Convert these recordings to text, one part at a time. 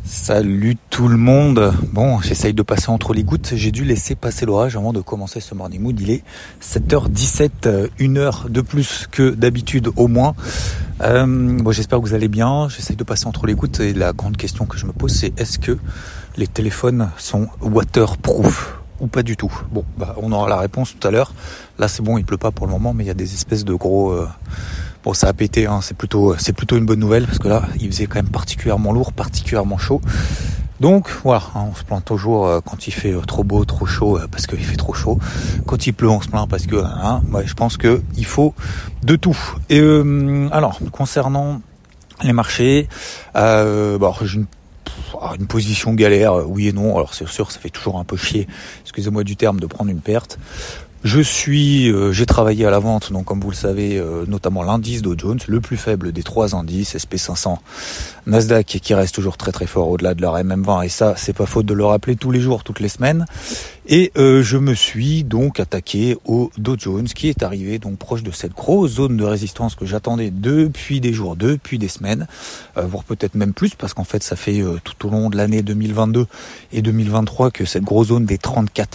Salut tout le monde. Bon, j'essaye de passer entre les gouttes. J'ai dû laisser passer l'orage avant de commencer ce morning mood. Il est 7h17, 1 heure de plus que d'habitude au moins. Bon, j'espère que vous allez bien. J'essaye de passer entre les gouttes et la grande question que je me pose, c'est est-ce que les téléphones sont waterproof ou pas du tout? Bon, on aura la réponse tout à l'heure. Là, c'est bon, il pleut pas pour le moment, mais il y a des espèces de gros... Bon, ça a pété, hein. C'est plutôt une bonne nouvelle parce que là, il faisait quand même particulièrement lourd, particulièrement chaud. Donc voilà, on se plaint toujours quand il fait trop beau, trop chaud, parce qu'il fait trop chaud. Quand il pleut, on se plaint parce que, je pense que il faut de tout. Et alors, concernant les marchés, j'ai une position galère, oui et non. Alors c'est sûr, ça fait toujours un peu chier, excusez-moi du terme, de prendre une perte. J'ai travaillé à la vente, donc comme vous le savez, notamment l'indice Dow Jones, le plus faible des trois indices, SP500, Nasdaq, qui reste toujours très très fort au-delà de leur MM20, et ça, c'est pas faute de le rappeler tous les jours, toutes les semaines. Et je me suis donc attaqué au Dow Jones, qui est arrivé donc proche de cette grosse zone de résistance que j'attendais depuis des jours, depuis des semaines, voire peut-être même plus, parce qu'en fait, ça fait tout au long de l'année 2022 et 2023 que cette grosse zone des 34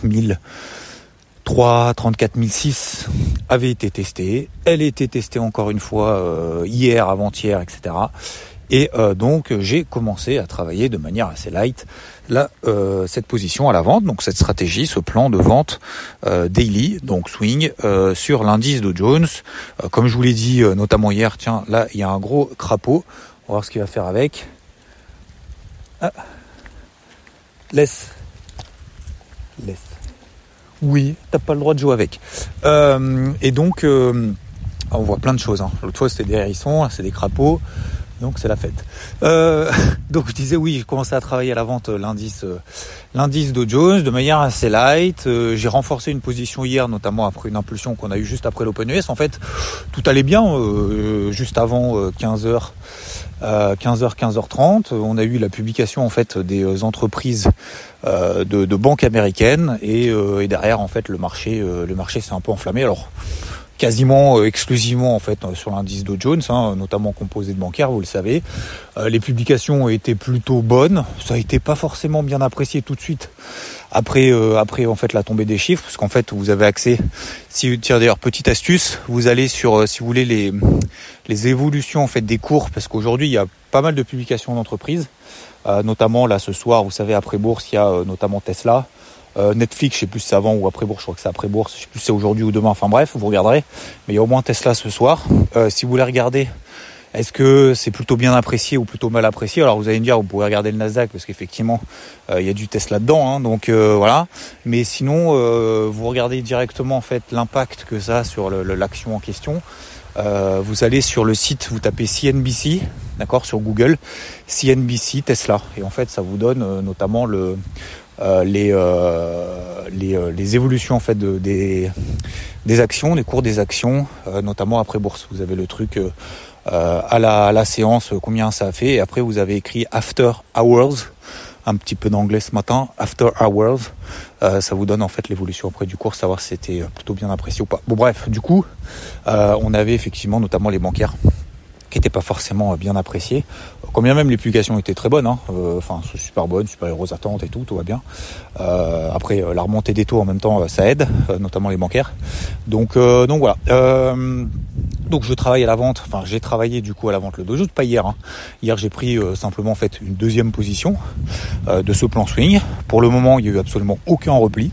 006 avait été testée. Elle a été testée encore une fois hier, avant-hier, etc. Et donc j'ai commencé à travailler de manière assez light cette position à la vente, donc cette stratégie, ce plan de vente daily, donc swing, sur l'indice Dow Jones. Comme je vous l'ai dit notamment hier, tiens, là il y a un gros crapaud. On va voir ce qu'il va faire avec. Laisse. Oui, t'as pas le droit de jouer avec. Et donc, on voit plein de choses. L'autre fois, c'était des hérissons, c'est des crapauds. Donc, c'est la fête. Donc, je disais, oui, j'ai commencé à travailler à la vente l'indice Dow Jones de manière assez light. J'ai renforcé une position hier, notamment après une impulsion qu'on a eue juste après l'Open US. En fait, tout allait bien juste avant 15h. 15h30, on a eu la publication en fait des entreprises de banques américaines et derrière en fait le marché s'est un peu enflammé. Alors quasiment exclusivement en fait sur l'indice Dow Jones, notamment composé de bancaires, vous le savez. Les publications ont été plutôt bonnes. Ça a été pas forcément bien apprécié tout de suite. Après en fait la tombée des chiffres, parce qu'en fait vous avez accès. D'ailleurs petite astuce, vous allez sur si vous voulez les évolutions en fait des cours, parce qu'aujourd'hui il y a pas mal de publications d'entreprises, notamment là ce soir, vous savez après bourse il y a notamment Tesla. Netflix, je sais plus si c'est avant ou après bourse, je crois que c'est après bourse, je sais plus si c'est aujourd'hui ou demain, enfin bref, vous regarderez, mais il y a au moins Tesla ce soir. Si vous voulez regarder, est-ce que c'est plutôt bien apprécié ou plutôt mal apprécié? Alors vous allez me dire, vous pouvez regarder le Nasdaq parce qu'effectivement il y a du Tesla dedans, donc voilà. Mais sinon, vous regardez directement en fait l'impact que ça a sur l'action en question. Vous allez sur le site, vous tapez CNBC, d'accord, sur Google, CNBC Tesla, et en fait ça vous donne notamment les évolutions en fait des actions, des cours des actions, notamment après bourse. Vous avez le truc à la séance, combien ça a fait, et après vous avez écrit After Hours, un petit peu d'anglais ce matin, After Hours, ça vous donne en fait l'évolution après du cours, savoir si c'était plutôt bien apprécié ou pas. Bon bref, du coup, on avait effectivement notamment les bancaires qui n'étaient pas forcément bien appréciés. Combien même les publications étaient très bonnes, c'est super bonne, super aux attentes et tout va bien. Après la remontée des taux en même temps, ça aide, notamment les bancaires. Donc voilà. Donc je travaille à la vente, j'ai travaillé du coup à la vente le Dow Jones, pas hier. Hier j'ai pris simplement en fait une deuxième position de ce plan swing. Pour le moment il y a eu absolument aucun repli.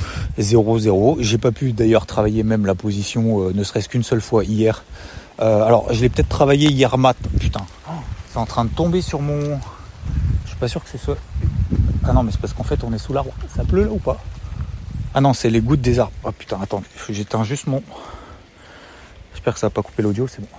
0-0. J'ai pas pu d'ailleurs travailler même la position ne serait-ce qu'une seule fois hier. Alors je l'ai peut-être travaillé hier matin. Putain, c'est en train de tomber sur mon... Je suis pas sûr que c'est ça. Ah non, mais c'est parce qu'en fait on est sous l'arbre. Ça pleut là ou pas? Ah non, c'est les gouttes des arbres. Ah putain, attends, j'éteins juste mon... J'espère que ça va pas couper l'audio, c'est bon.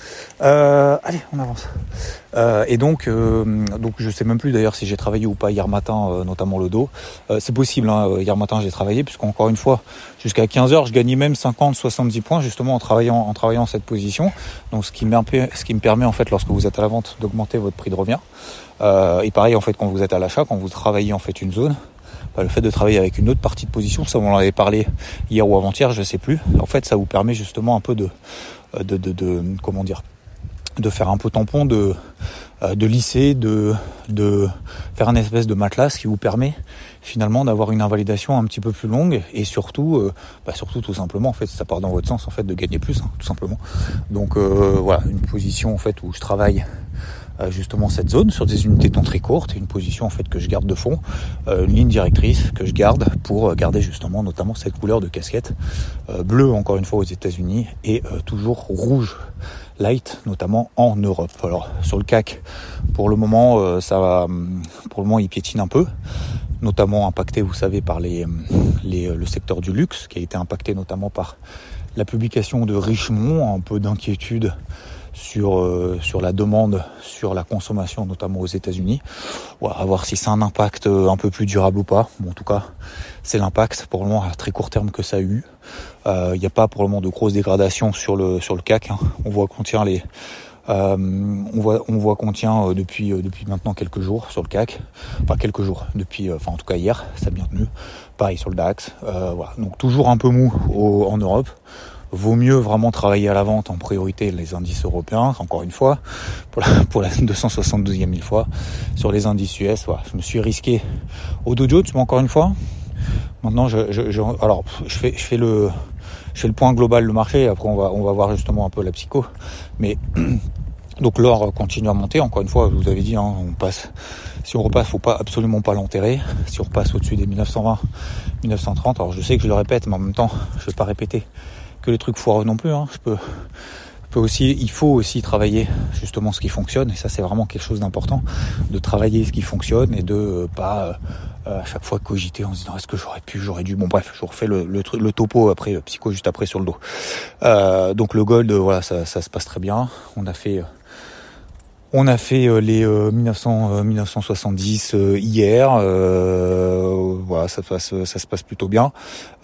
Allez, on avance. Et donc je sais même plus d'ailleurs si j'ai travaillé ou pas hier matin, notamment le dos. C'est possible, hier matin j'ai travaillé, puisqu'encore une fois, jusqu'à 15h, je gagnais même 50-70 points justement en travaillant cette position. Donc ce qui me permet en fait, lorsque vous êtes à la vente, d'augmenter votre prix de revient. Et pareil en fait quand vous êtes à l'achat, quand vous travaillez en fait une zone, le fait de travailler avec une autre partie de position, ça on en avait parlé hier ou avant-hier, je sais plus. En fait, ça vous permet justement un peu de comment dire, de faire un peu tampon de lisser, de faire un espèce de matelas qui vous permet finalement d'avoir une invalidation un petit peu plus longue et surtout tout simplement en fait ça part dans votre sens en fait de gagner plus tout simplement. Donc voilà, une position en fait où je travaille justement cette zone sur des unités de temps très courtes, une position en fait que je garde de fond, une ligne directrice que je garde pour garder justement notamment cette couleur de casquette bleu encore une fois aux États-Unis et toujours rouge light notamment en Europe. Alors sur le CAC pour le moment il piétine un peu, notamment impacté vous savez par le secteur du luxe qui a été impacté notamment par la publication de Richemont, un peu d'inquiétude sur la demande, sur la consommation notamment aux États-Unis. Voilà, à voir si c'est un impact un peu plus durable ou pas. Bon, en tout cas, c'est l'impact pour le moment à très court terme que ça a eu. Il n'y a pas pour le moment de grosse dégradation sur le CAC. Hein. On voit qu'on tient depuis maintenant quelques jours sur le CAC. Enfin quelques jours en tout cas hier, ça a bien tenu. Pareil sur le DAX. Voilà. Donc toujours un peu mou en Europe. Vaut mieux vraiment travailler à la vente en priorité les indices européens, encore une fois, pour la 272e fois. Sur les indices US, voilà, je me suis risqué au Dow Jones, mais encore une fois, maintenant je fais le point global du marché, après on va voir justement un peu la psycho. Mais donc l'or continue à monter, encore une fois, je vous avais dit, hein, si on repasse, faut absolument pas l'enterrer. Si on repasse au-dessus des 1920, 1930, alors je sais que je le répète, mais en même temps, je vais pas répéter que les trucs foireux non plus, hein. Il faut aussi travailler justement ce qui fonctionne, et ça c'est vraiment quelque chose d'important, de travailler ce qui fonctionne et de pas à chaque fois cogiter en se disant est-ce que j'aurais dû, bon bref, je vous refais le topo après, psycho juste après sur le dos. Donc le gold, voilà, ça se passe très bien, on a fait les 1970 hier, voilà, ça se passe plutôt bien.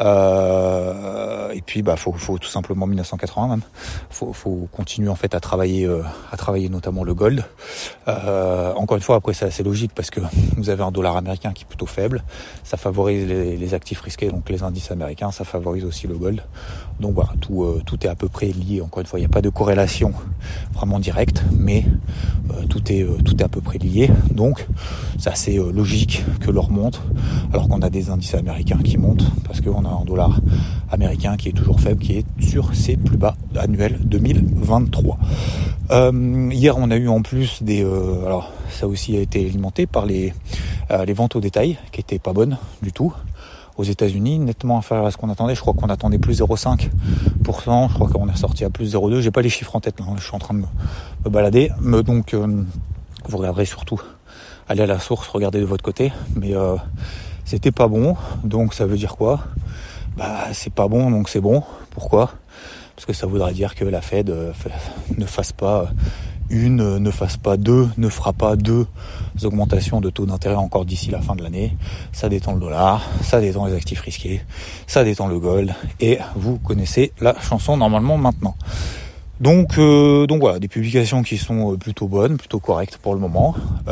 Et puis faut tout simplement 1980 même. Faut continuer en fait à travailler notamment le gold. Encore une fois, après c'est assez logique parce que vous avez un dollar américain qui est plutôt faible, ça favorise les actifs risqués, donc les indices américains, ça favorise aussi le gold. Donc voilà, tout est à peu près lié. Encore une fois, il n'y a pas de corrélation vraiment directe, mais tout est à peu près lié, donc c'est assez logique que l'or monte alors qu'on a des indices américains qui montent parce qu'on a un dollar américain qui est toujours faible, qui est sur ses plus bas annuels 2023. Hier on a eu en plus alors ça aussi a été alimenté par les ventes au détail qui étaient pas bonnes du tout aux États-Unis, nettement inférieur à ce qu'on attendait. Je crois qu'on attendait plus 0,5%, je crois qu'on est sorti à plus 0,2%. J'ai pas les chiffres en tête là, je suis en train de me balader. Donc vous regarderez surtout, allez à la source, regardez de votre côté. Mais c'était pas bon, donc ça veut dire quoi ? C'est pas bon, donc c'est bon. Pourquoi ? Parce que ça voudrait dire que la Fed ne fasse pas ne fera pas deux augmentations de taux d'intérêt encore d'ici la fin de l'année. Ça détend le dollar, ça détend les actifs risqués, ça détend le gold, et vous connaissez la chanson normalement maintenant. Donc voilà, des publications qui sont plutôt bonnes, plutôt correctes pour le moment.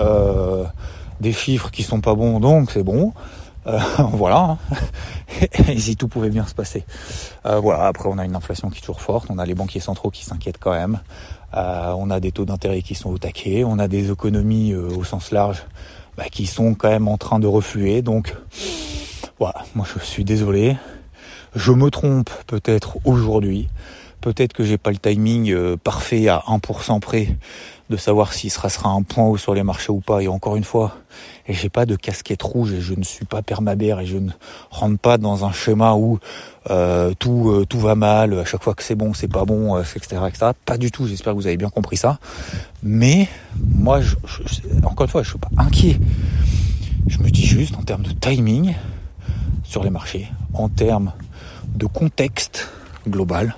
Des chiffres qui sont pas bons, donc c'est bon. Voilà. Et si tout pouvait bien se passer. Voilà. Après, on a une inflation qui est toujours forte. On a les banquiers centraux qui s'inquiètent quand même. On a des taux d'intérêt qui sont au taquet. On a des économies au sens large qui sont quand même en train de refluer. Donc voilà. Moi, je suis désolé. Je me trompe peut-être aujourd'hui. Peut-être que j'ai pas le timing parfait à 1% près de savoir s'il sera un point haut sur les marchés ou pas. Et encore une fois, j'ai pas de casquette rouge et je ne suis pas permabère et je ne rentre pas dans un schéma où tout va mal, à chaque fois que c'est bon, c'est pas bon, etc., etc. Pas du tout, j'espère que vous avez bien compris ça. Mais moi, encore une fois, je suis pas inquiet. Je me dis juste en termes de timing sur les marchés, en termes de contexte global,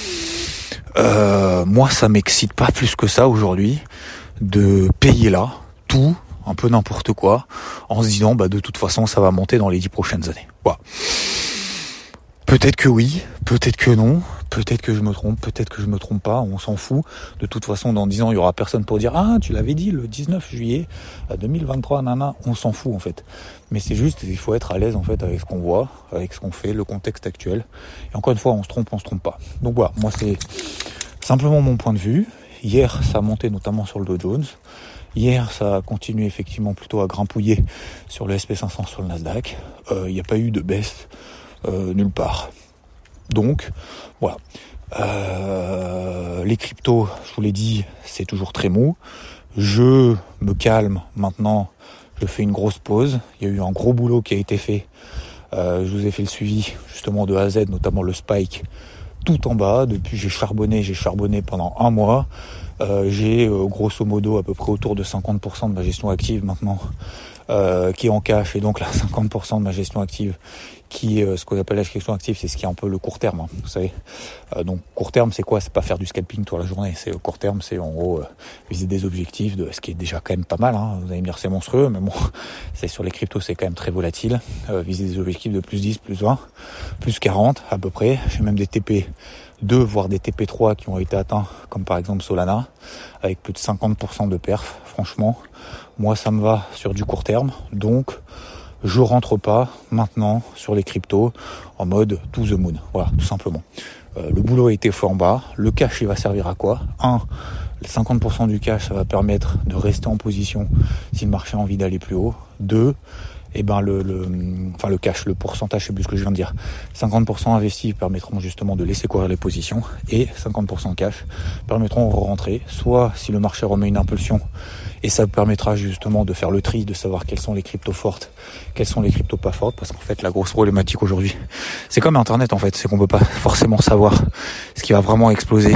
moi ça m'excite pas plus que ça aujourd'hui de payer là tout, un peu n'importe quoi, en se disant de toute façon ça va monter dans les 10 prochaines années. Voilà. Peut-être que oui, peut-être que non, peut-être que je me trompe, peut-être que je me trompe pas, on s'en fout. De toute façon, dans 10 ans, il y aura personne pour dire « Ah, tu l'avais dit le 19 juillet 2023, nana », on s'en fout en fait. Mais c'est juste, il faut être à l'aise en fait avec ce qu'on voit, avec ce qu'on fait, le contexte actuel. Et encore une fois, on se trompe pas. Donc voilà, moi c'est simplement mon point de vue. Hier, ça a monté notamment sur le Dow Jones. Hier, ça a continué effectivement plutôt à grimpouiller sur le SP500, sur le Nasdaq. Il n'y a pas eu de baisse nulle part. Donc, voilà. Les cryptos, je vous l'ai dit, c'est toujours très mou. Je me calme maintenant. Je fais une grosse pause. Il y a eu un gros boulot qui a été fait. Je vous ai fait le suivi justement de A à Z, notamment le spike tout en bas. Depuis, j'ai charbonné pendant un mois. J'ai grosso modo à peu près autour de 50% de ma gestion active maintenant qui est en cash, et donc là 50% de ma gestion active qui est ce qu'on appelle la gestion active, c'est ce qui est un peu le court terme, hein, vous savez. Donc court terme, c'est quoi? C'est pas faire du scalping toute la journée. C'est court terme, c'est en gros viser des objectifs, de ce qui est déjà quand même pas mal, hein. Vous allez me dire c'est monstrueux, mais bon, c'est sur les cryptos, c'est quand même très volatile. Viser des objectifs de plus 10, plus 20, plus 40 à peu près. J'ai même des TP2 voire des TP3 qui ont été atteints, comme par exemple Solana, avec plus de 50% de perf. Franchement, moi ça me va sur du court terme, donc je rentre pas maintenant sur les cryptos en mode to the moon. Voilà, tout simplement. Le boulot a été fait en bas. Le cash, il va servir à quoi? Les 50% du cash, ça va permettre de rester en position si le marché a envie d'aller plus haut. 2, le cash, le pourcentage, c'est plus ce que je viens de dire. 50% investis permettront justement de laisser courir les positions, et 50% cash permettront de rentrer, soit si le marché remet une impulsion, et ça permettra justement de faire le tri, de savoir quelles sont les cryptos fortes, quelles sont les cryptos pas fortes, parce qu'en fait la grosse problématique aujourd'hui, c'est comme Internet en fait, c'est qu'on peut pas forcément savoir ce qui va vraiment exploser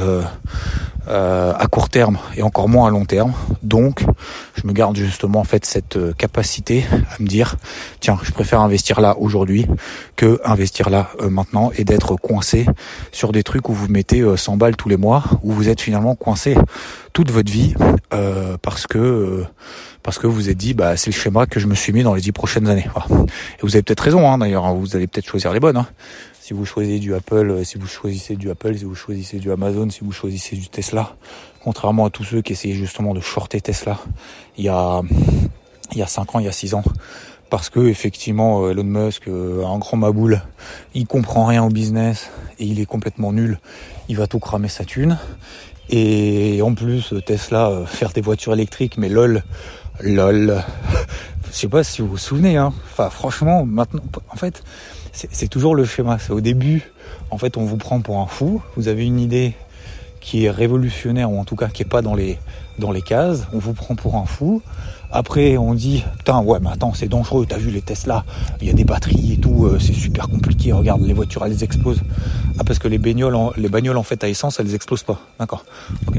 à court terme et encore moins à long terme. Donc je me garde justement en fait cette capacité à me dire tiens, je préfère investir là aujourd'hui que investir là maintenant, et d'être coincé sur des trucs où vous mettez 100 balles tous les mois, où vous êtes finalement coincé toute votre vie parce que vous vous êtes dit bah c'est le schéma que je me suis mis dans les 10 prochaines années. Voilà. Et vous avez peut-être raison, hein, d'ailleurs, hein, vous allez peut-être choisir les bonnes, hein. Si vous choisissez du Apple, si vous choisissez du Amazon, si vous choisissez du Tesla, contrairement à tous ceux qui essayaient justement de shorter Tesla il y a 5 ans, il y a 6 ans, parce que effectivement Elon Musk, un grand maboule, il comprend rien au business et il est complètement nul, il va tout cramer sa thune. Et en plus Tesla, faire des voitures électriques, mais lol, je sais pas si vous vous souvenez, hein. Enfin franchement, maintenant, en fait, c'est toujours le schéma. C'est au début, en fait, on vous prend pour un fou. Vous avez une idée qui est révolutionnaire, ou en tout cas qui est pas dans les cases. On vous prend pour un fou. Après, on dit putain, ouais, mais attends, c'est dangereux. T'as vu les Tesla, il y a des batteries et tout, c'est super compliqué. Regarde, les voitures, elles explosent. Ah, parce que les bagnoles en fait à essence, elles explosent pas. D'accord. Ok.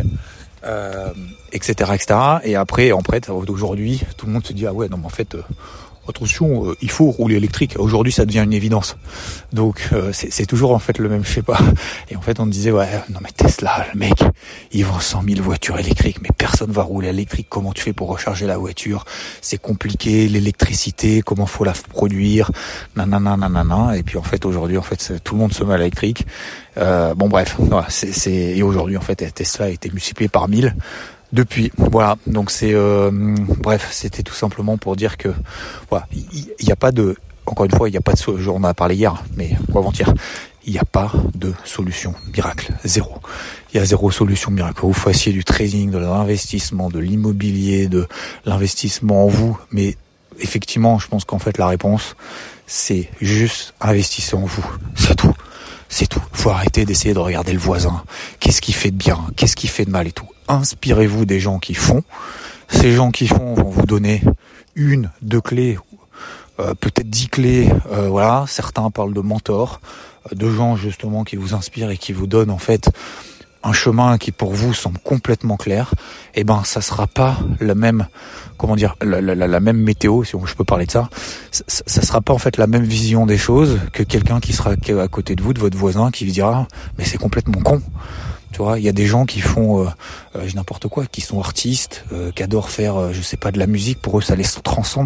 Etc. Et après, en fait, aujourd'hui, tout le monde se dit ah ouais, non, mais en fait. Attention, il faut rouler électrique. Aujourd'hui, ça devient une évidence. Donc, c'est toujours en fait le même schéma. Et en fait, on disait ouais, non mais Tesla, le mec, il vend 100 000 voitures électriques, mais personne va rouler électrique. Comment tu fais pour recharger la voiture? C'est compliqué, l'électricité, comment faut la produire, nanana. Et puis en fait, aujourd'hui, en fait, tout le monde se met à l'électrique. Bon bref, voilà, et aujourd'hui, en fait, Tesla a été multiplié par 1000. Depuis, voilà, donc c'est bref, c'était tout simplement pour dire que voilà, il n'y a pas de, encore une fois, il n'y a pas de solution, on en a parlé hier, mais ou avant-hier, il n'y a pas de solution miracle, zéro. Il y a zéro solution miracle. Vous fassiez du trading, de l'investissement, de l'immobilier, de l'investissement en vous, mais effectivement, je pense qu'en fait la réponse, c'est juste investissez en vous, c'est tout. C'est tout. Faut arrêter d'essayer de regarder le voisin. Qu'est-ce qui fait de bien? Qu'est-ce qui fait de mal et tout? Inspirez-vous des gens qui font. Ces gens qui font vont vous donner 1, 2 clés, peut-être 10 clés. Voilà. Certains parlent de mentors, de gens justement qui vous inspirent et qui vous donnent en fait un chemin qui pour vous semble complètement clair. Et ben ça sera pas la même, comment dire, la même météo, si je peux parler de ça. Ça sera pas en fait la même vision des choses que quelqu'un qui sera à côté de vous, de votre voisin, qui vous dira mais c'est complètement con. Tu vois, il y a des gens qui font n'importe quoi, qui sont artistes, qui adorent faire, je sais pas, de la musique. Pour eux, ça les transcende,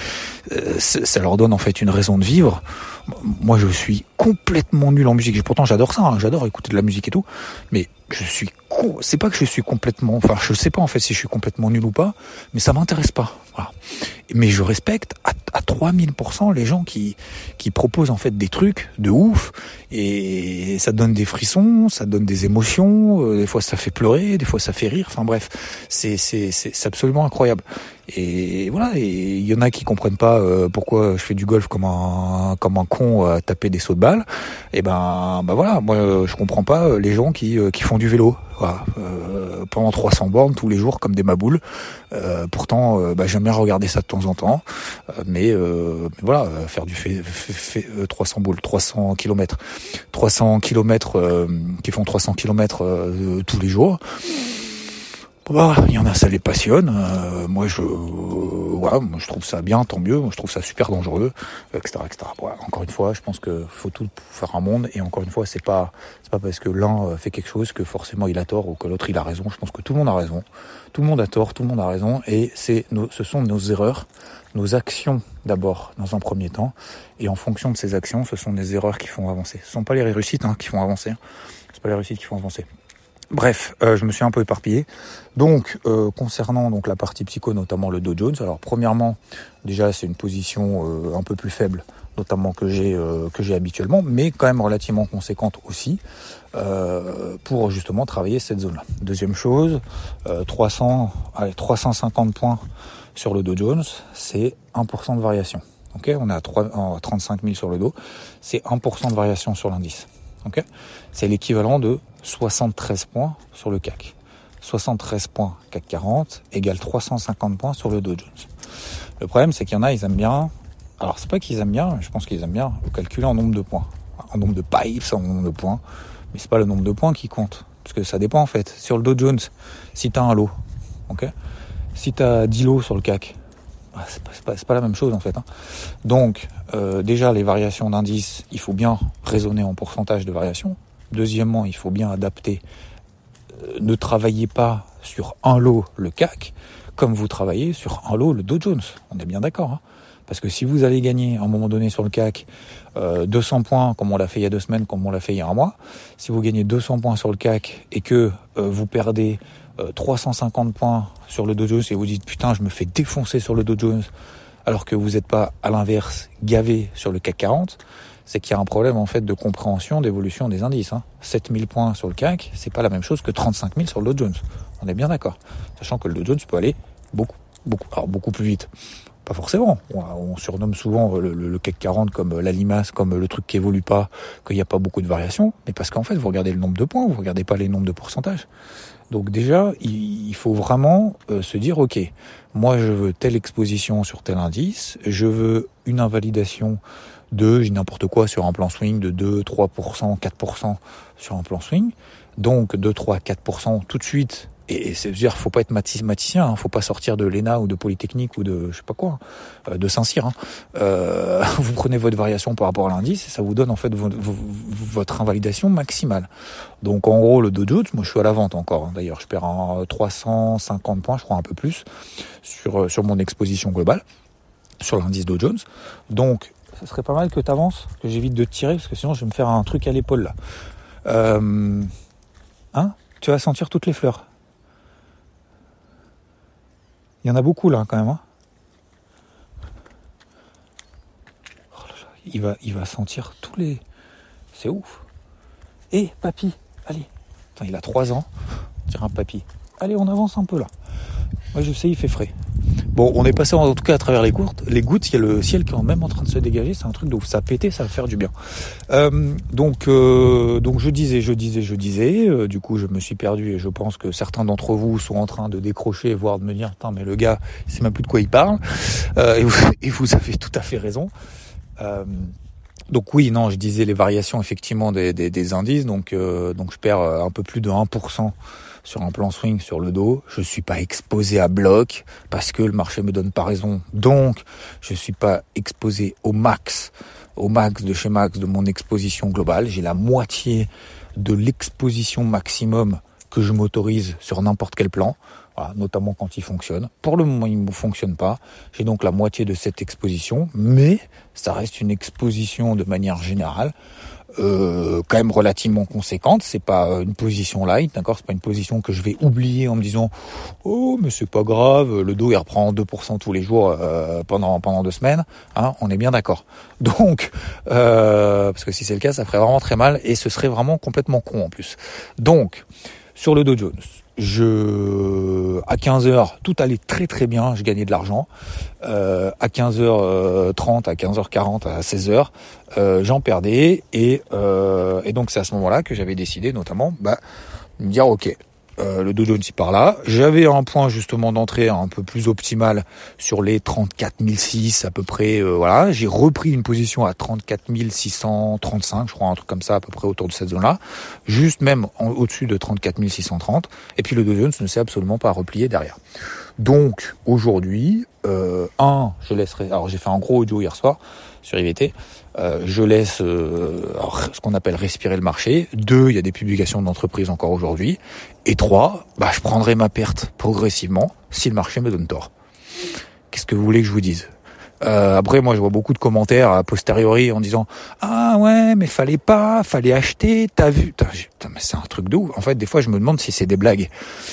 ça leur donne en fait une raison de vivre. Moi, je suis complètement nul en musique. Pourtant, j'adore ça, hein, j'adore écouter de la musique et tout. Mais c'est pas que je suis complètement, enfin, je sais pas en fait si je suis complètement nul ou pas, mais ça m'intéresse pas. Voilà. Mais je respecte à 3000% les gens qui proposent en fait des trucs de ouf, et ça donne des frissons, ça donne des émotions, des fois ça fait pleurer, des fois ça fait rire, enfin bref, c'est absolument incroyable. Et voilà, et il y en a qui comprennent pas pourquoi je fais du golf comme un con à taper des sauts de balle. Et ben voilà, moi je comprends pas les gens qui font du vélo, voilà, pendant 300 bornes tous les jours comme des maboules. Pourtant j'aime bien regarder ça de temps en temps, mais voilà, faire du 300 km qui font 300 km tous les jours. Il y en a, ça les passionne. Moi, je trouve ça bien, tant mieux. Moi, je trouve ça super dangereux, etc., etc. Voilà, encore une fois, je pense que faut tout faire un monde. Et encore une fois, c'est pas parce que l'un fait quelque chose que forcément il a tort ou que l'autre il a raison. Je pense que tout le monde a raison. Tout le monde a tort, tout le monde a raison. Et ce sont nos erreurs, nos actions d'abord, dans un premier temps. Et en fonction de ces actions, ce sont des erreurs qui font avancer. Ce sont pas les réussites qui font avancer. C'est pas les réussites qui font avancer. Bref, je me suis un peu éparpillé. Donc, concernant donc la partie psycho, notamment le Dow Jones. Alors, premièrement, déjà, c'est une position un peu plus faible, notamment que j'ai habituellement, mais quand même relativement conséquente aussi, pour justement travailler cette zone-là. Deuxième chose, 350 points sur le Dow Jones, c'est 1% de variation. Ok, on est à 35 000 sur le Dow, c'est 1% de variation sur l'indice. Okay, c'est l'équivalent de 73 points sur le CAC. 73 points CAC 40 égale 350 points sur le Dow Jones. Le problème, c'est qu'il y en a, ils aiment bien... Alors, c'est pas qu'ils aiment bien, je pense qu'ils aiment bien le calculer en nombre de points. En nombre de pipes, en nombre de points. Mais c'est pas le nombre de points qui compte. Parce que ça dépend, en fait. Sur le Dow Jones, si t'as un lot, ok, si t'as 10 lots sur le CAC, c'est pas la même chose, en fait. Donc, déjà, les variations d'indice, il faut bien raisonner en pourcentage de variation. Deuxièmement, il faut bien adapter. Ne travaillez pas sur un lot le CAC comme vous travaillez sur un lot le Dow Jones. On est bien d'accord. Parce que si vous allez gagner à un moment donné sur le CAC 200 points, comme on l'a fait il y a 2 semaines, comme on l'a fait il y a un mois, si vous gagnez 200 points sur le CAC et que vous perdez 350 points sur le Dow Jones et vous dites putain, je me fais défoncer sur le Dow Jones, alors que vous n'êtes pas à l'inverse gavé sur le CAC 40, c'est qu'il y a un problème en fait de compréhension d'évolution des indices. 7000 points sur le CAC, c'est pas la même chose que 35 000 sur le Dow Jones. On est bien d'accord. Sachant que le Dow Jones peut aller beaucoup plus vite. Pas forcément. On surnomme souvent le CAC 40 comme la limace, comme le truc qui évolue pas, qu'il n'y a pas beaucoup de variations. Mais parce qu'en fait, vous regardez le nombre de points, vous regardez pas les nombres de pourcentages. Donc déjà, il faut vraiment se dire, ok, moi je veux telle exposition sur tel indice, je veux une invalidation de, j'ai n'importe quoi sur un plan swing, de 2, 3%, 4% sur un plan swing. Donc 2, 3, 4% tout de suite. Et c'est-à-dire, faut pas être mathématicien, faut pas sortir de l'ENA ou de Polytechnique ou de je sais pas quoi, de Saint-Cyr. Vous prenez votre variation par rapport à l'indice et ça vous donne en fait votre invalidation maximale. Donc en gros, le Dow Jones, moi je suis à la vente encore. D'ailleurs, je perds 350 points, je crois un peu plus, sur mon exposition globale, sur l'indice Dow Jones. Donc, ça serait pas mal que tu avances, que j'évite de te tirer, parce que sinon je vais me faire un truc à l'épaule là. Tu vas sentir toutes les fleurs. Il y en a beaucoup là quand même. Il va sentir tous les... C'est ouf. Papy, allez. Attends, il a 3 ans. On dirait un papy. Allez, on avance un peu là. Moi je sais, il fait frais. Bon, on est passé en tout cas à travers les gouttes. Il y a le ciel qui est même en train de se dégager. C'est un truc de ouf. Ça a pété, ça va faire du bien. Donc je disais. Du coup, je me suis perdu et je pense que certains d'entre vous sont en train de décrocher, voire de me dire, putain, mais le gars, il sait même plus de quoi il parle. Et vous avez tout à fait raison. Donc oui, non, je disais les variations effectivement des indices. Donc je perds un peu plus de 1%. Sur un plan swing sur le dos, je suis pas exposé à bloc parce que le marché me donne pas raison. Donc, je suis pas exposé au max de chez max de mon exposition globale. J'ai la moitié de l'exposition maximum que je m'autorise sur n'importe quel plan, voilà, notamment quand il fonctionne. Pour le moment, il ne fonctionne pas. J'ai donc la moitié de cette exposition, mais ça reste une exposition de manière générale quand même relativement conséquente. C'est pas une position light, d'accord, c'est pas une position que je vais oublier en me disant oh mais c'est pas grave, le dos il reprend 2% tous les jours pendant 2 semaines, hein, on est bien d'accord. Donc parce que si c'est le cas, ça ferait vraiment très mal et ce serait vraiment complètement con en plus. Donc sur le Dow Jones, à 15h, tout allait très très bien, je gagnais de l'argent. À 15h30, à 15h40, à 16h, j'en perdais et donc c'est à ce moment-là que j'avais décidé notamment de me dire ok, le Dow Jones par là. J'avais un point justement d'entrée un peu plus optimal sur les 34 600 à peu près. Voilà, j'ai repris une position à 34 635, je crois, un truc comme ça à peu près autour de cette zone-là, juste même au-dessus de 34 630. Et puis le Dow Jones ne s'est absolument pas replié derrière. Donc aujourd'hui, je laisserai. Alors j'ai fait un gros audio hier soir sur IVT. Je laisse ce qu'on appelle respirer le marché. 2, il y a des publications d'entreprises encore aujourd'hui. Et 3, je prendrai ma perte progressivement si le marché me donne tort. Qu'est-ce que vous voulez que je vous dise ? Après, moi, je vois beaucoup de commentaires a posteriori en disant ah ouais, mais fallait acheter. T'as vu ? Putain, mais c'est un truc de ouf. En fait, des fois, je me demande si c'est des blagues.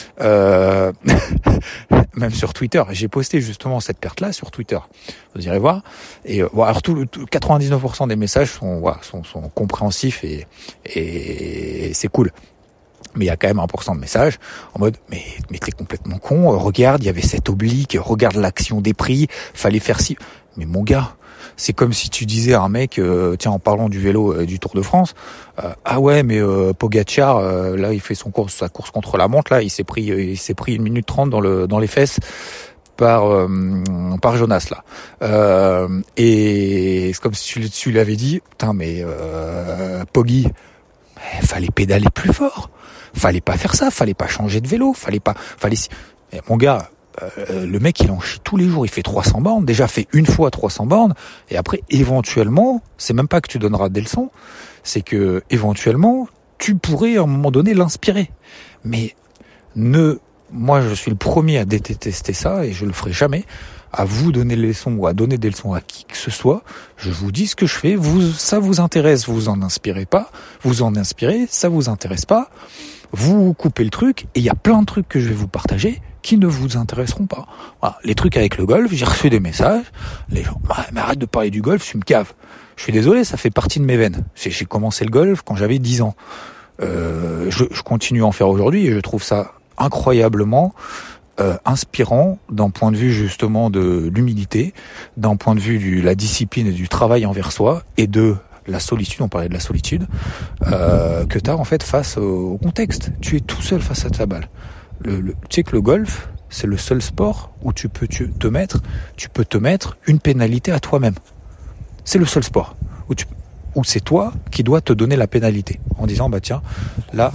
Même sur Twitter, j'ai posté justement cette perte-là sur Twitter. Vous irez voir. Et alors 99% des messages sont compréhensifs et c'est cool. Mais il y a quand même 1% de messages en mode mais t'es complètement con, regarde, il y avait cette oblique, regarde l'action des prix, fallait faire ci. Mais mon gars, c'est comme si tu disais à un mec, tiens, en parlant du vélo du Tour de France, ah ouais, mais Pogacar, là, il fait sa course contre la montre, là, il s'est pris 1 minute 30 dans les fesses par Jonas là. Et c'est comme si tu l'avais dit, putain, mais Poggy, fallait pédaler plus fort. Fallait pas faire ça, fallait pas changer de vélo, fallait. Et mon gars, le mec il en chie tous les jours, il fait 300 bornes, déjà fait une fois 300 bornes, et après éventuellement, c'est même pas que tu donneras des leçons, c'est que éventuellement tu pourrais à un moment donné l'inspirer. Mais moi je suis le premier à détester ça et je le ferai jamais. À vous donner des leçons ou à donner des leçons à qui que ce soit, je vous dis ce que je fais, ça vous intéresse, vous en inspirez pas, vous en inspirez, ça vous intéresse pas, vous coupez le truc, et il y a plein de trucs que je vais vous partager qui ne vous intéresseront pas. Voilà, les trucs avec le golf, j'ai reçu des messages, les gens, mais arrête de parler du golf, tu me caves. Je suis désolé, ça fait partie de mes veines. J'ai commencé le golf quand j'avais 10 ans. Je continue à en faire aujourd'hui et je trouve ça incroyablement inspirant d'un point de vue justement de l'humilité, d'un point de vue de la discipline et du travail envers soi et de la solitude, on parlait de la solitude, que tu as en fait face au contexte. Tu es tout seul face à ta balle. Tu sais que le golf, c'est le seul sport où tu peux te mettre une pénalité à toi-même. C'est le seul sport où c'est toi qui dois te donner la pénalité en disant tiens, là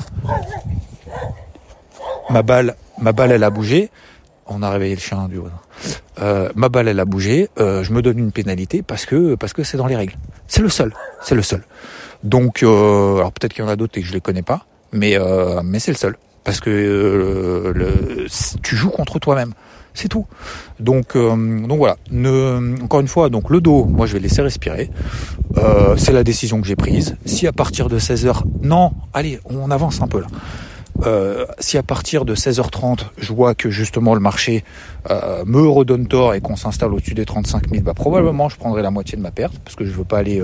ma balle elle a bougé, on a réveillé le chien du voisin. Ma balle elle a bougé, je me donne une pénalité parce que c'est dans les règles. C'est le seul. Donc alors peut-être qu'il y en a d'autres et que je les connais pas, mais c'est le seul parce que tu joues contre toi-même. C'est tout. Donc voilà. Encore une fois, donc le dos, moi je vais laisser respirer. C'est la décision que j'ai prise. Si à partir de 16h, non, allez, on avance un peu là. Si à partir de 16h30 je vois que justement le marché me redonne tort et qu'on s'installe au-dessus des 35 000, probablement je prendrai la moitié de ma perte parce que je veux pas aller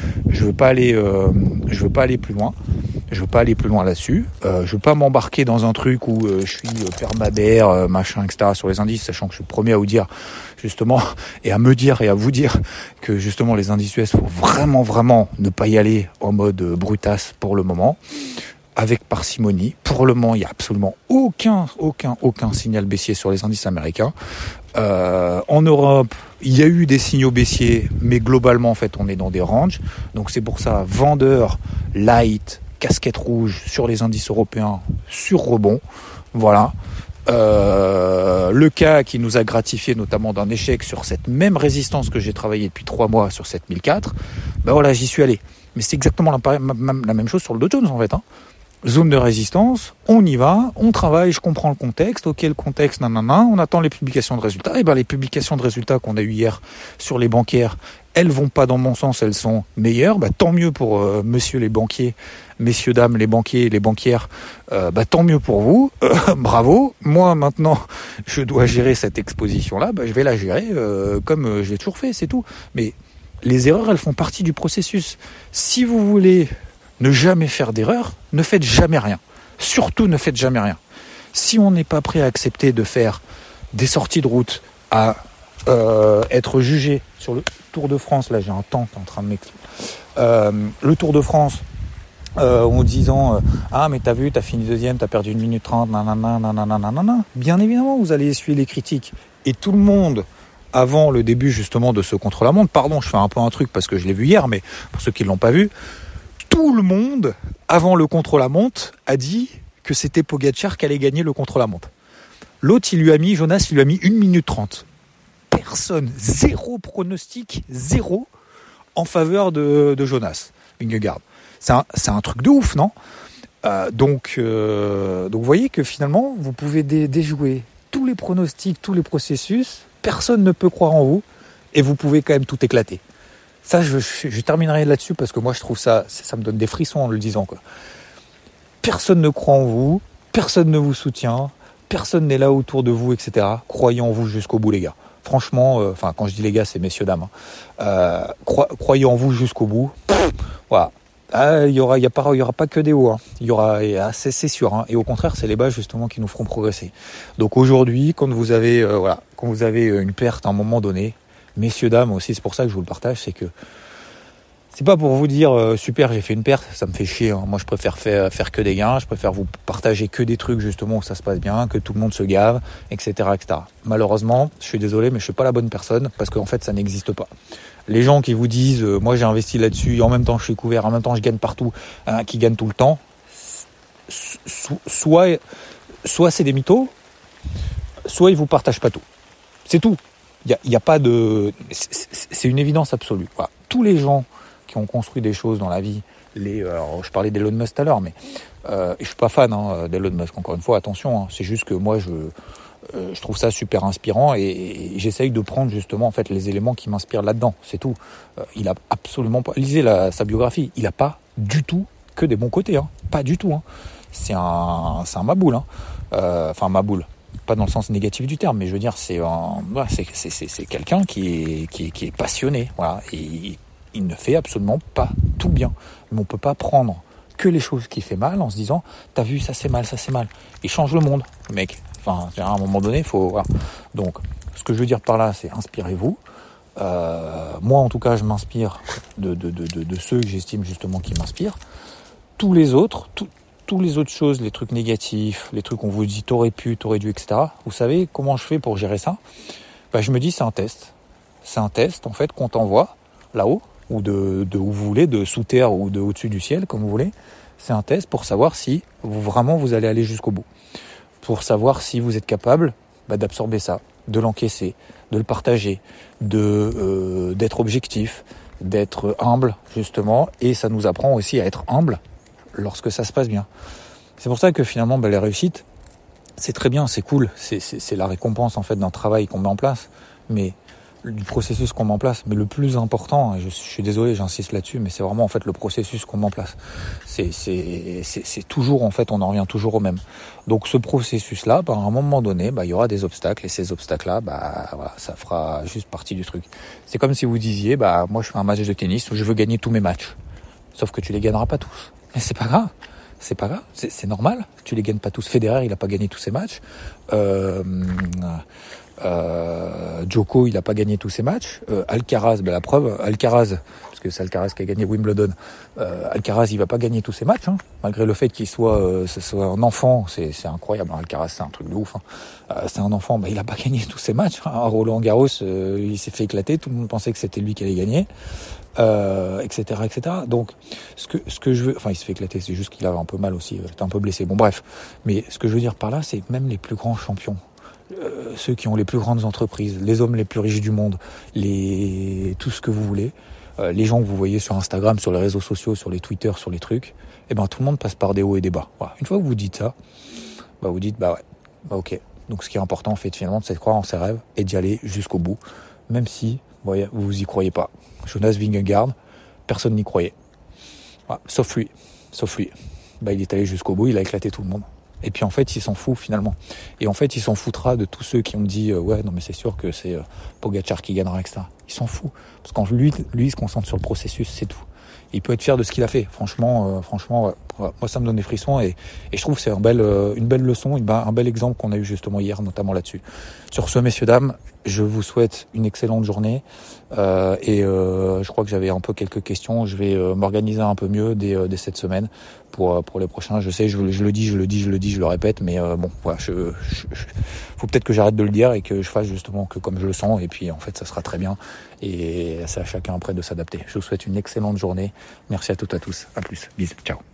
plus loin. Je veux pas aller plus loin là-dessus. Je veux pas m'embarquer dans un truc où je suis permabère, machin, etc. sur les indices, sachant que je suis le premier à vous dire justement et à me dire et à vous dire que justement les indices US, faut vraiment ne pas y aller en mode brutasse pour le moment. Avec parcimonie. Pour le moment, il n'y a absolument aucun signal baissier sur les indices américains. En Europe, il y a eu des signaux baissiers, mais globalement, en fait, on est dans des ranges. Donc c'est pour ça, vendeur, light, casquette rouge sur les indices européens, sur rebond. Voilà. Le cas qui nous a gratifié notamment d'un échec sur cette même résistance que j'ai travaillé depuis 3 mois sur 7004, voilà, j'y suis allé. Mais c'est exactement la même chose sur le Dow Jones, en fait, hein. zone de résistance, on y va, on travaille, je comprends le contexte, ok, le contexte, nanana, on attend les publications de résultats. Et ben les publications de résultats qu'on a eues hier sur les bancaires, elles vont pas dans mon sens, elles sont meilleures. Tant mieux pour monsieur les banquiers, messieurs, dames, les banquiers, les banquières, tant mieux pour vous, bravo. Moi maintenant, je dois gérer cette exposition-là, je vais la gérer comme je l'ai toujours fait, c'est tout. Mais les erreurs, elles font partie du processus. Si vous voulez ne jamais faire d'erreur, ne faites jamais rien. Surtout ne faites jamais rien. Si on n'est pas prêt à accepter de faire des sorties de route, à être jugé sur le Tour de France, là j'ai un temps qui est en train de m'exploser, le Tour de France, en disant ah mais t'as vu, t'as fini deuxième, t'as perdu 1 minute 30, nanana, nanana, nanana. Bien évidemment vous allez essuyer les critiques. Et tout le monde, avant le début justement de ce contre-la-montre, pardon je fais un peu un truc parce que je l'ai vu hier, mais pour ceux qui ne l'ont pas vu, tout le monde, avant le contre-la-montre, a dit que c'était Pogačar qui allait gagner le contre-la-montre. L'autre, Jonas, il lui a mis 1 minute 30. Personne, zéro pronostic, zéro en faveur de Jonas Vingegaard. C'est un truc de ouf, non ? Donc vous voyez que finalement, vous pouvez déjouer tous les pronostics, tous les processus, personne ne peut croire en vous, et vous pouvez quand même tout éclater. Ça, je terminerai là-dessus parce que moi, je trouve ça me donne des frissons en le disant, quoi. Personne ne croit en vous, personne ne vous soutient, personne n'est là autour de vous, etc. Croyez en vous jusqu'au bout, les gars. Franchement, quand je dis les gars, c'est messieurs, dames. Croyez en vous jusqu'au bout. Voilà. Il y aura pas que des hauts. Hein. Il y aura, c'est sûr. Hein. Et au contraire, c'est les bas justement qui nous feront progresser. Donc aujourd'hui, quand vous avez une perte à un moment donné, messieurs, dames aussi, c'est pour ça que je vous le partage, c'est que c'est pas pour vous dire super, j'ai fait une perte, ça me fait chier. Hein. Moi, je préfère faire que des gains, je préfère vous partager que des trucs justement où ça se passe bien, que tout le monde se gave, etc., etc. Malheureusement, je suis désolé, mais je suis pas la bonne personne parce qu'en fait, ça n'existe pas. Les gens qui vous disent, moi, j'ai investi là-dessus, et en même temps, je suis couvert, en même temps, je gagne partout, qui gagnent tout le temps, soit c'est des mythos, soit ils vous partagent pas tout. C'est tout. Il y a pas de, c'est une évidence absolue. Voilà. Tous les gens qui ont construit des choses dans la vie, je parlais d'Elon Musk tout à l'heure, mais je suis pas fan d'Elon Musk, encore une fois, attention, hein, c'est juste que moi je trouve ça super inspirant et j'essaye de prendre justement en fait les éléments qui m'inspirent là-dedans, c'est tout. Il a absolument pas, lisez sa biographie, il a pas du tout que des bons côtés, hein, pas du tout. Hein. C'est un maboule, hein. Maboule. Pas dans le sens négatif du terme, mais je veux dire, c'est quelqu'un qui est passionné, voilà, et il ne fait absolument pas tout bien. Mais on peut pas prendre que les choses qui fait mal en se disant, t'as vu, ça c'est mal. Il change le monde, mec. Enfin, à un moment donné, faut, voilà. Donc, ce que je veux dire par là, c'est inspirez-vous. Moi, en tout cas, je m'inspire de ceux que j'estime justement qui m'inspirent. Tous les autres choses, les trucs négatifs, les trucs qu'on vous dit t'aurais pu, t'aurais dû, etc. Vous savez comment je fais pour gérer ça ? Je me dis c'est un test. C'est un test en fait qu'on t'envoie là-haut ou de où vous voulez, de sous terre ou de au-dessus du ciel comme vous voulez. C'est un test pour savoir si vous allez aller jusqu'au bout. Pour savoir si vous êtes capable d'absorber ça, de l'encaisser, de le partager, d'être objectif, d'être humble justement. Et ça nous apprend aussi à être humble lorsque ça se passe bien. C'est pour ça que finalement les réussites, c'est très bien, c'est cool, c'est la récompense en fait d'un travail qu'on met en place, mais du processus qu'on met en place. Mais le plus important, et je suis désolé, j'insiste là-dessus, mais c'est vraiment en fait le processus qu'on met en place. C'est toujours en fait, on en revient toujours au même. Donc ce processus-là, à un moment donné, il y aura des obstacles et ces obstacles-là, voilà, ça fera juste partie du truc. C'est comme si vous disiez, moi je fais un match de tennis où je veux gagner tous mes matchs, sauf que tu les gagneras pas tous. Mais c'est pas grave. C'est normal. Tu les gagnes pas tous. Federer, il a pas gagné tous ses matchs. Djoko, il a pas gagné tous ses matchs. Alcaraz, la preuve, Alcaraz, parce que c'est Alcaraz qui a gagné Wimbledon. Alcaraz, il va pas gagner tous ses matchs, hein, malgré le fait qu'il soit un enfant. C'est incroyable. Hein, Alcaraz, c'est un truc de ouf. Hein. C'est un enfant, il a pas gagné tous ses matchs. Hein. Roland Garros, il s'est fait éclater. Tout le monde pensait que c'était lui qui allait gagner. Etc. Donc, ce que je veux, il se fait éclater, c'est juste qu'il avait un peu mal aussi, il était un peu blessé. Bon, bref. Mais ce que je veux dire par là, c'est même les plus grands champions, ceux qui ont les plus grandes entreprises, les hommes les plus riches du monde, tout ce que vous voulez, les gens que vous voyez sur Instagram, sur les réseaux sociaux, sur les Twitter, sur les trucs, tout le monde passe par des hauts et des bas. Voilà. Une fois que vous dites ça, vous dites ok. Donc ce qui est important en fait finalement, c'est de croire en ses rêves et d'y aller jusqu'au bout, même si vous y croyez pas. Jonas Vingegaard, personne n'y croyait. Voilà. Sauf lui. Il est allé jusqu'au bout, il a éclaté tout le monde. Et puis en fait, il s'en fout finalement. Et en fait, il s'en foutra de tous ceux qui ont dit non mais c'est sûr que c'est Pogačar qui gagnera, etc. Il s'en fout. Parce qu'en lui, il se concentre sur le processus, c'est tout. Il peut être fier de ce qu'il a fait. Franchement, moi ça me donne des frissons et je trouve que c'est une belle leçon, un bel exemple qu'on a eu justement hier, notamment là-dessus. Sur ce, messieurs, dames, je vous souhaite une excellente journée je crois que j'avais un peu quelques questions. Je vais m'organiser un peu mieux dès cette semaine pour les prochains. Je sais, je le dis, je le répète, mais faut peut-être que j'arrête de le dire et que je fasse justement que comme je le sens. Et puis en fait, ça sera très bien. Et c'est à chacun après de s'adapter. Je vous souhaite une excellente journée. Merci à toutes et à tous. À plus. Bisous. Ciao.